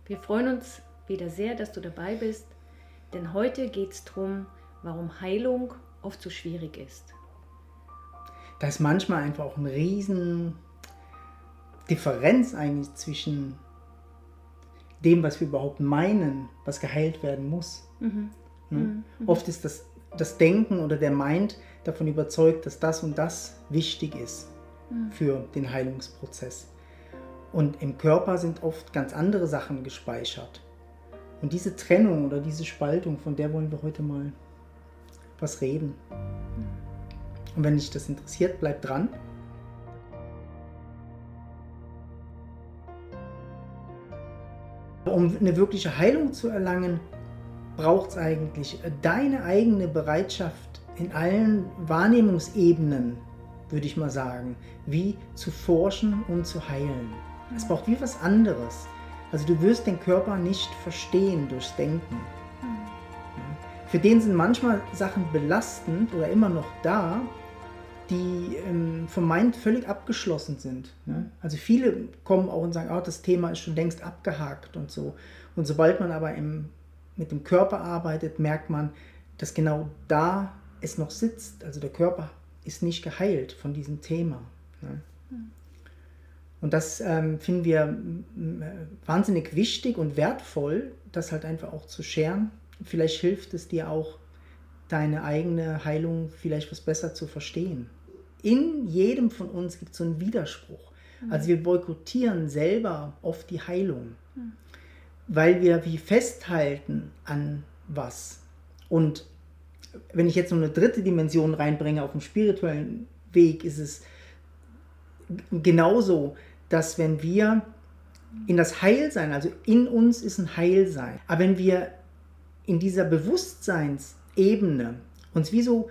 Wir freuen uns wieder sehr, dass du dabei bist, denn heute geht es darum, warum Heilung oft so schwierig ist. Da ist manchmal einfach auch eine riesen Differenz eigentlich zwischen dem, was wir überhaupt meinen, was geheilt werden muss. Oft ist das Denken oder der Mind davon überzeugt, dass das und das wichtig ist für den Heilungsprozess. Und im Körper sind oft ganz andere Sachen gespeichert. Und diese Trennung oder diese Spaltung, von der wollen wir heute mal was reden. Und wenn dich das interessiert, bleib dran. Um eine wirkliche Heilung zu erlangen, braucht es eigentlich deine eigene Bereitschaft in allen Wahrnehmungsebenen, würde ich mal sagen, wie zu forschen und zu heilen. Es braucht wie was anderes. Also du wirst den Körper nicht verstehen durchs Denken. Für den sind manchmal Sachen belastend oder immer noch da, die vom Mind völlig abgeschlossen sind. Also viele kommen auch und sagen, oh, das Thema ist schon längst abgehakt und so. Und sobald man aber mit dem Körper arbeitet, merkt man, dass genau da es noch sitzt. Also der Körper ist nicht geheilt von diesem Thema. Und das finden wir wahnsinnig wichtig und wertvoll, das halt einfach auch zu scheren. Vielleicht hilft es dir auch, deine eigene Heilung vielleicht was besser zu verstehen. In jedem von uns gibt es so einen Widerspruch. Also wir boykottieren selber oft die Heilung, weil wir wie festhalten an was. Und wenn ich jetzt noch eine dritte Dimension reinbringe auf dem spirituellen Weg, ist es genauso, dass wenn wir in das Heilsein, also in uns ist ein Heilsein, aber wenn wir in dieser Bewusstseinsebene uns wie so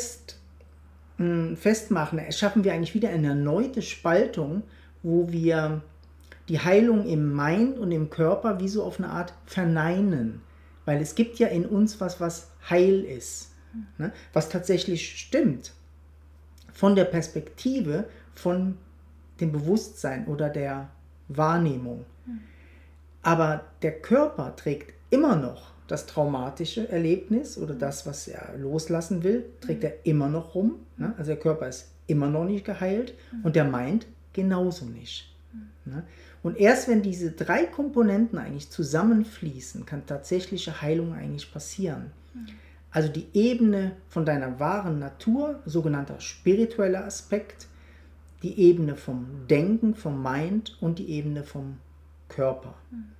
festmachen, erschaffen wir eigentlich wieder eine erneute Spaltung, wo wir die Heilung im Mind und im Körper wie so auf eine Art verneinen. Weil es gibt ja in uns was heil ist, ne? Was tatsächlich stimmt. Von der Perspektive von dem Bewusstsein oder der Wahrnehmung. Aber der Körper trägt immer noch das traumatische Erlebnis oder das, was er loslassen will, trägt er immer noch rum. Ne? Also der Körper ist immer noch nicht geheilt und der Mind genauso nicht. Ne? Und erst wenn diese drei Komponenten eigentlich zusammenfließen, kann tatsächliche Heilung eigentlich passieren. Also die Ebene von deiner wahren Natur, sogenannter spiritueller Aspekt, die Ebene vom Denken, vom Mind und die Ebene vom Körper.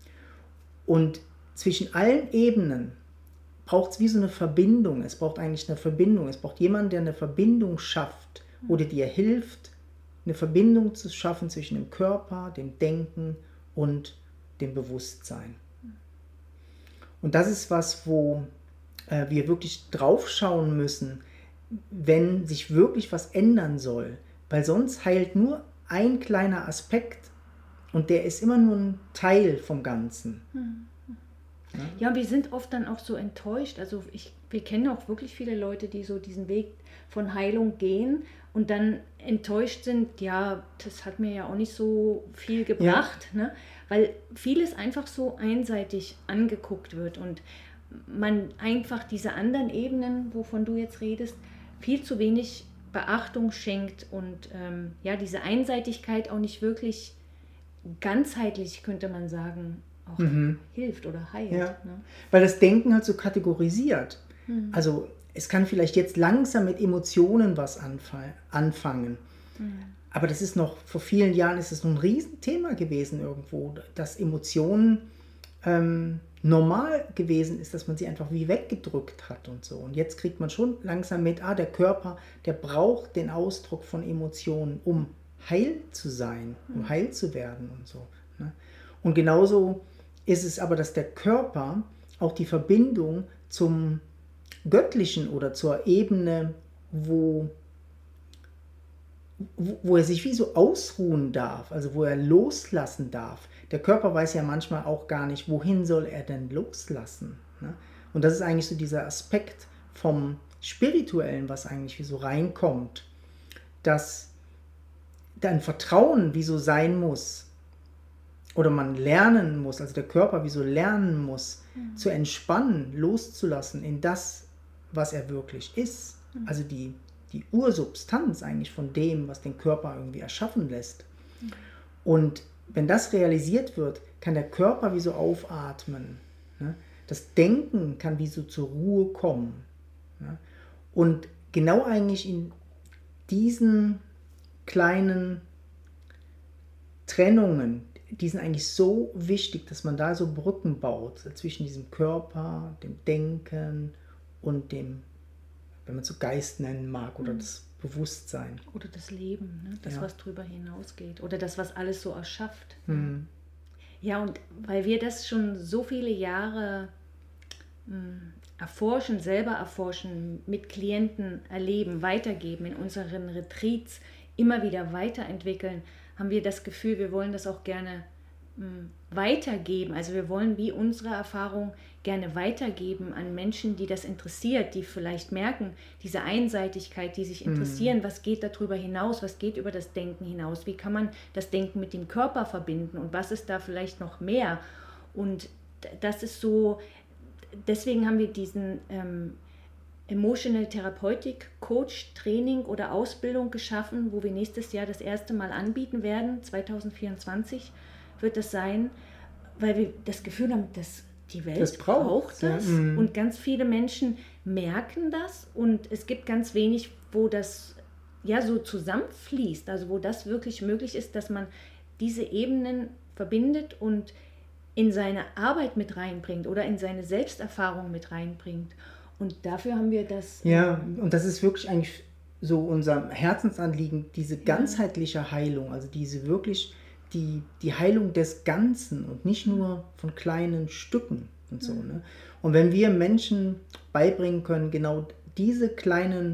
Und zwischen allen Ebenen braucht es wie so eine Verbindung. Es braucht eigentlich eine Verbindung. Es braucht jemanden, der eine Verbindung schafft oder dir hilft, eine Verbindung zu schaffen zwischen dem Körper, dem Denken und dem Bewusstsein. Und das ist was, wo wir wirklich drauf schauen müssen, wenn sich wirklich was ändern soll. Weil sonst heilt nur ein kleiner Aspekt und der ist immer nur ein Teil vom Ganzen. Ja, wir sind oft dann auch so enttäuscht. Also wir kennen auch wirklich viele Leute, die so diesen Weg von Heilung gehen und dann enttäuscht sind, ja, das hat mir ja auch nicht so viel gebracht, ne? Weil vieles einfach so einseitig angeguckt wird und man einfach diese anderen Ebenen, wovon du jetzt redest, viel zu wenig Beachtung schenkt und diese Einseitigkeit auch nicht wirklich ganzheitlich, könnte man sagen, auch hilft oder heilt. Ja. Ne? Weil das Denken halt so kategorisiert. Also es kann vielleicht jetzt langsam mit Emotionen was anfangen. Aber das ist noch, vor vielen Jahren ist es noch ein Riesenthema gewesen irgendwo, dass Emotionen normal gewesen ist, dass man sie einfach wie weggedrückt hat und so. Und jetzt kriegt man schon langsam mit, der Körper, der braucht den Ausdruck von Emotionen, um heil zu sein, um heil zu werden und so. Ne? Und genauso ist es aber, dass der Körper auch die Verbindung zum Göttlichen oder zur Ebene, wo er sich wie so ausruhen darf, also wo er loslassen darf. Der Körper weiß ja manchmal auch gar nicht, wohin soll er denn loslassen. Ne? Und das ist eigentlich so dieser Aspekt vom Spirituellen, was eigentlich wie so reinkommt, dass dein Vertrauen wie so sein muss oder man lernen muss, also der Körper wie so lernen muss, zu entspannen, loszulassen in das, was er wirklich ist. Also die Ursubstanz eigentlich von dem, was den Körper irgendwie erschaffen lässt. Und wenn das realisiert wird, kann der Körper wie so aufatmen. Ne? Das Denken kann wie so zur Ruhe kommen. Ne? Und genau eigentlich in diesen kleinen Trennungen, die sind eigentlich so wichtig, dass man da so Brücken baut zwischen diesem Körper, dem Denken und dem, wenn man es so Geist nennen mag, oder das Bewusstsein. Oder das Leben, ne? Das, Ja. was drüber hinausgeht. Oder das, was alles so erschafft. Mhm. Ja, und weil wir das schon so viele Jahre selber erforschen, mit Klienten erleben, weitergeben, in unseren Retreats immer wieder weiterentwickeln, haben wir das Gefühl, wir wollen das auch gerne weitergeben. Also wir wollen wie unsere Erfahrung gerne weitergeben an Menschen, die das interessiert, die vielleicht merken, diese Einseitigkeit, die sich interessieren, was geht darüber hinaus, was geht über das Denken hinaus, wie kann man das Denken mit dem Körper verbinden und was ist da vielleicht noch mehr. Und das ist so, deswegen haben wir diesen Emotional Therapeutic Coach Training oder Ausbildung geschaffen, wo wir nächstes Jahr das erste Mal anbieten werden, 2024 wird das sein, weil wir das Gefühl haben, dass die Welt braucht das und ganz viele Menschen merken das und es gibt ganz wenig, wo das ja so zusammenfließt, also wo das wirklich möglich ist, dass man diese Ebenen verbindet und in seine Arbeit mit reinbringt oder in seine Selbsterfahrung mit reinbringt. Und dafür haben wir das... Ja, und das ist wirklich eigentlich so unser Herzensanliegen, diese ganzheitliche Heilung, also diese wirklich die Heilung des Ganzen und nicht nur von kleinen Stücken und so. Ne? Und wenn wir Menschen beibringen können, genau diese kleinen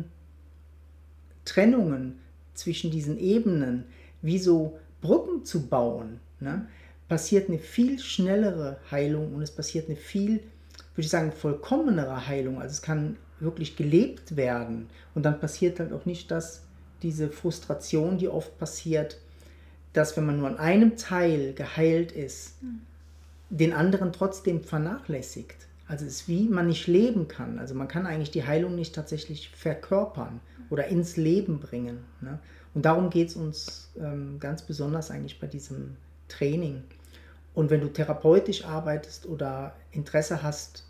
Trennungen zwischen diesen Ebenen, wie so Brücken zu bauen, ne, passiert eine viel schnellere Heilung und es passiert eine viel, würde ich sagen, vollkommenere Heilung. Also es kann wirklich gelebt werden und dann passiert halt auch nicht diese Frustration, die oft passiert, dass wenn man nur an einem Teil geheilt ist, den anderen trotzdem vernachlässigt. Also es ist wie man nicht leben kann. Also man kann eigentlich die Heilung nicht tatsächlich verkörpern oder ins Leben bringen. Ne? Und darum geht es uns ganz besonders eigentlich bei diesem Training. Und wenn du therapeutisch arbeitest oder Interesse hast,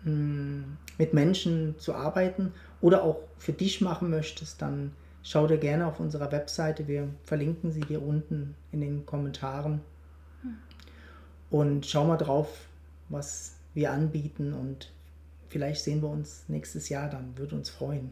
mit Menschen zu arbeiten oder auch für dich machen möchtest, dann schau dir gerne auf unserer Webseite, wir verlinken sie dir unten in den Kommentaren und schau mal drauf, was wir anbieten und vielleicht sehen wir uns nächstes Jahr dann, würde uns freuen.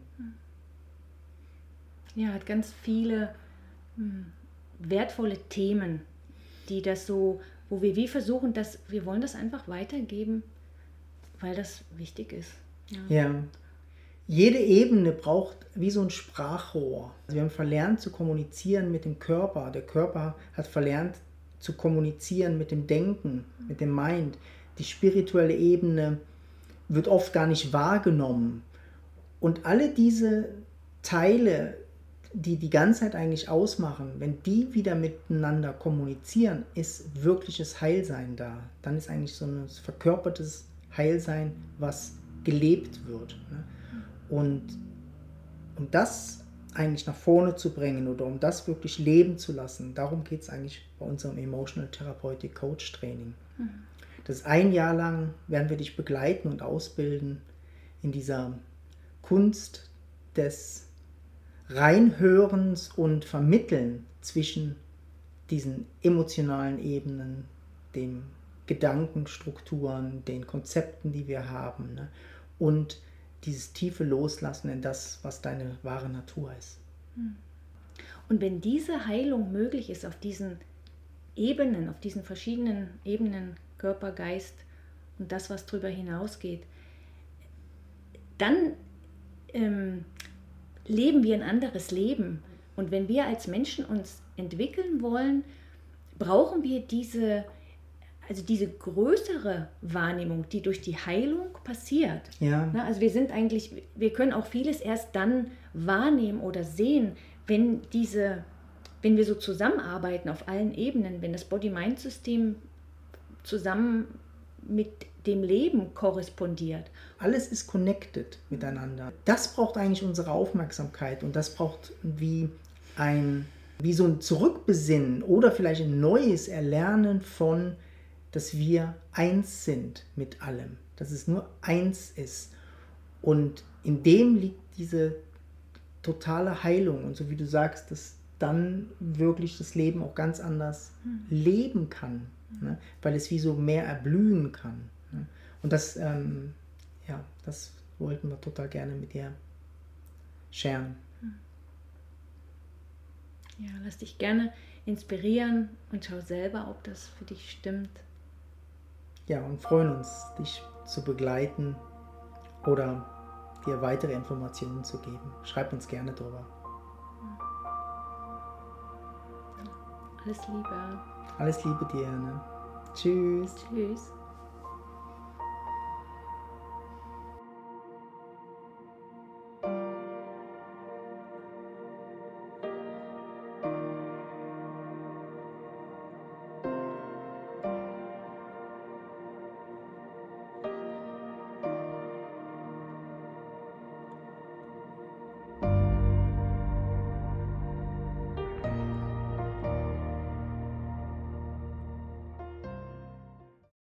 Ja, hat ganz viele wertvolle Themen, die das so, wo wir wie versuchen, wir wollen das einfach weitergeben, weil das wichtig ist. Ja. Jede Ebene braucht wie so ein Sprachrohr. Also wir haben verlernt zu kommunizieren mit dem Körper. Der Körper hat verlernt zu kommunizieren mit dem Denken, mit dem Mind. Die spirituelle Ebene wird oft gar nicht wahrgenommen. Und alle diese Teile, die die Ganzheit eigentlich ausmachen, wenn die wieder miteinander kommunizieren, ist wirkliches Heilsein da. Dann ist eigentlich so ein verkörpertes Heilsein, was gelebt wird. Ne? Und um das eigentlich nach vorne zu bringen oder um das wirklich leben zu lassen, darum geht es eigentlich bei unserem Emotional Therapeutic Coach Training. Das ist 1 Jahr lang, werden wir dich begleiten und ausbilden in dieser Kunst des Reinhörens und Vermitteln zwischen diesen emotionalen Ebenen, den Gedankenstrukturen, den Konzepten, die wir haben, ne? Und dieses tiefe Loslassen in das, was deine wahre Natur ist. Und wenn diese Heilung möglich ist auf diesen Ebenen, auf diesen verschiedenen Ebenen, Körper, Geist und das, was darüber hinausgeht, dann leben wir ein anderes Leben. Und wenn wir als Menschen uns entwickeln wollen, brauchen wir diese größere Wahrnehmung, die durch die Heilung passiert. Ja. Also wir können auch vieles erst dann wahrnehmen oder sehen, wenn wir so zusammenarbeiten auf allen Ebenen, wenn das Body-Mind-System zusammen mit dem Leben korrespondiert. Alles ist connected miteinander. Das braucht eigentlich unsere Aufmerksamkeit und das braucht wie so ein Zurückbesinnen oder vielleicht ein neues Erlernen von, dass wir eins sind mit allem, dass es nur eins ist. Und in dem liegt diese totale Heilung und so wie du sagst, dass dann wirklich das Leben auch ganz anders leben kann, ne? Weil es wie so mehr erblühen kann. Ne? Und das, das wollten wir total gerne mit dir sharen. Ja, lass dich gerne inspirieren und schau selber, ob das für dich stimmt. Ja, und freuen uns, dich zu begleiten oder dir weitere Informationen zu geben. Schreib uns gerne drüber. Alles Liebe. Alles Liebe dir. Ne? Tschüss. Tschüss.